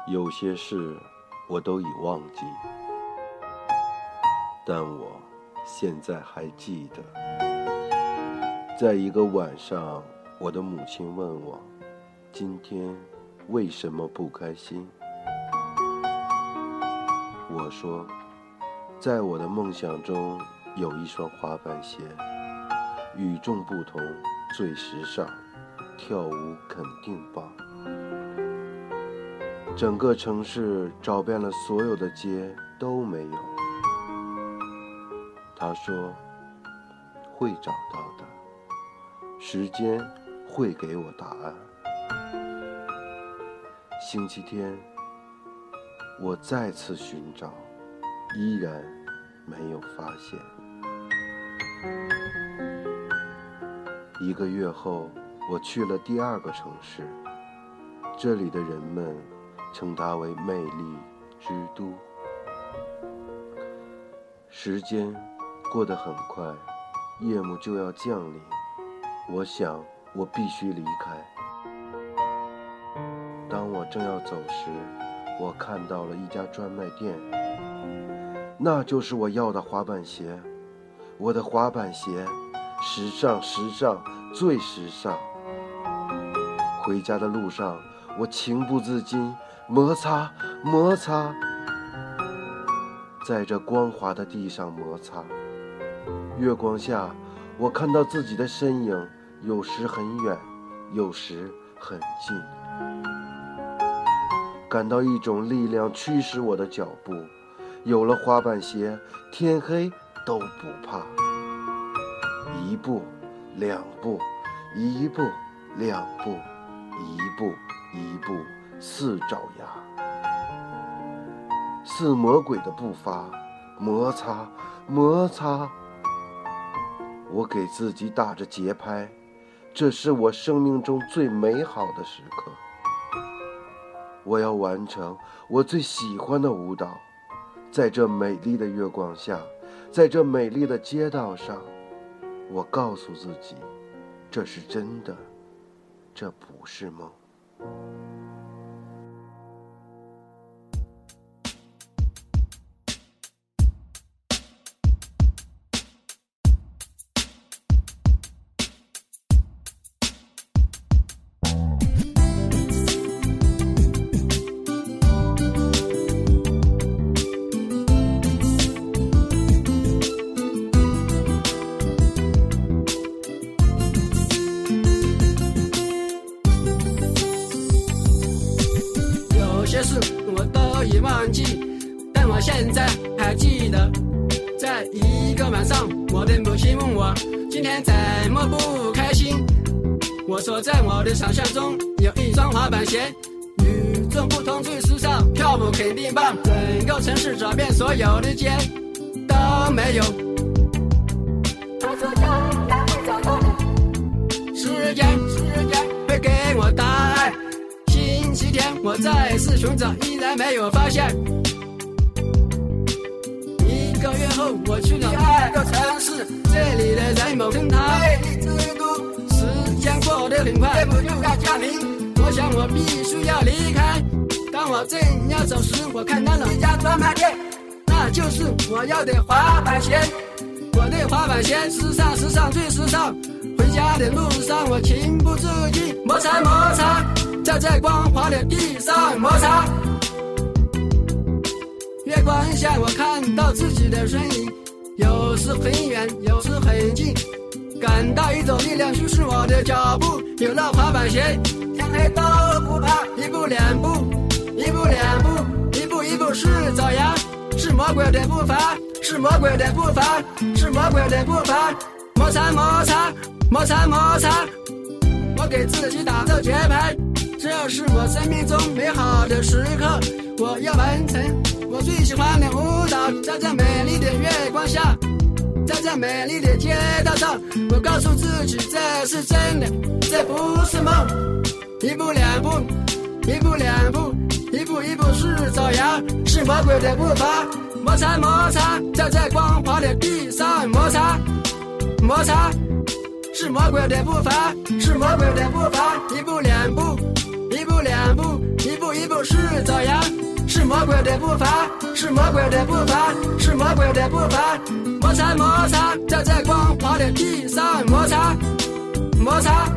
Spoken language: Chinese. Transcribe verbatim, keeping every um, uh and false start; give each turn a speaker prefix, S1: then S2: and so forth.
S1: 有些事我都已忘记，但我现在还记得。在一个晚上，我的母亲问我，今天为什么不开心？我说，在我的梦想中有一双滑板鞋，与众不同，最时尚，跳舞肯定棒。整个城市找遍了所有的街都没有。他说，会找到的，时间会给我答案。星期天，我再次寻找，依然没有发现。一个月后，我去了第二个城市，这里的人们称它为魅力之都。时间过得很快，夜幕就要降临，我想我必须离开。当我正要走时，我看到了一家专卖店，那就是我要的滑板鞋。我的滑板鞋，时尚时尚最时尚。回家的路上，我情不自禁摩擦摩擦，在这光滑的地上摩擦。月光下，我看到自己的身影，有时很远，有时很近，感到一种力量驱使我的脚步。有了滑板鞋，天黑都不怕。一步两步，一步两步，一步一步，似爪牙，似魔鬼的步伐，摩擦摩擦。我给自己打着节拍，这是我生命中最美好的时刻。我要完成我最喜欢的舞蹈，在这美丽的月光下，在这美丽的街道上，我告诉自己，这是真的，这不是梦。
S2: 有些事我都已忘记，但我现在还记得，在一个晚上，我的母亲问我今天怎么不开心。我说，在我的想象中有一双滑板鞋，与众不同，最时尚，跳舞肯定棒。整个城市找遍所有的街都没有。他说将来会找到的，时间时间会给我答案。星期天我再次寻找，依然没有发现。一个月后我去了第二个城市，这里的人们称它魅力之都。时间过得很快，夜幕就该降临，我想我必须要离开。当我正要走时，我看到了一家专卖店，那就是我要的滑板鞋。我的滑板鞋，时尚时尚最时尚。回家的路上，我情不自禁摩擦摩擦，在这光滑的地上摩擦。月光下，我看到自己的身影，有时很远，有时很近，感到一种力量驱使我的脚步。有了滑板鞋，天黑都不怕。一步两步，一步两步，一步一步是爪牙，是魔鬼的步伐，是魔鬼的步伐，是魔鬼的步伐。摩擦摩擦摩擦摩擦，我给自己打着节拍，这是我生命中美好的时刻。我要完成我最喜欢的舞蹈，在这美丽的月光下，在这美丽的街道上，我告诉自己这是真的，这不是梦。一步两步，一步两步，一步一步是爪牙，是魔鬼的步伐。摩擦摩擦，在这光滑的地上摩擦摩擦，是魔鬼的步伐，是魔鬼的步伐。一步两步，一步两步，一步一步是爪牙， 魔鬼的步伐，是魔鬼的步伐，是魔鬼的步伐。摩擦摩擦，在这光滑的地上摩擦摩擦。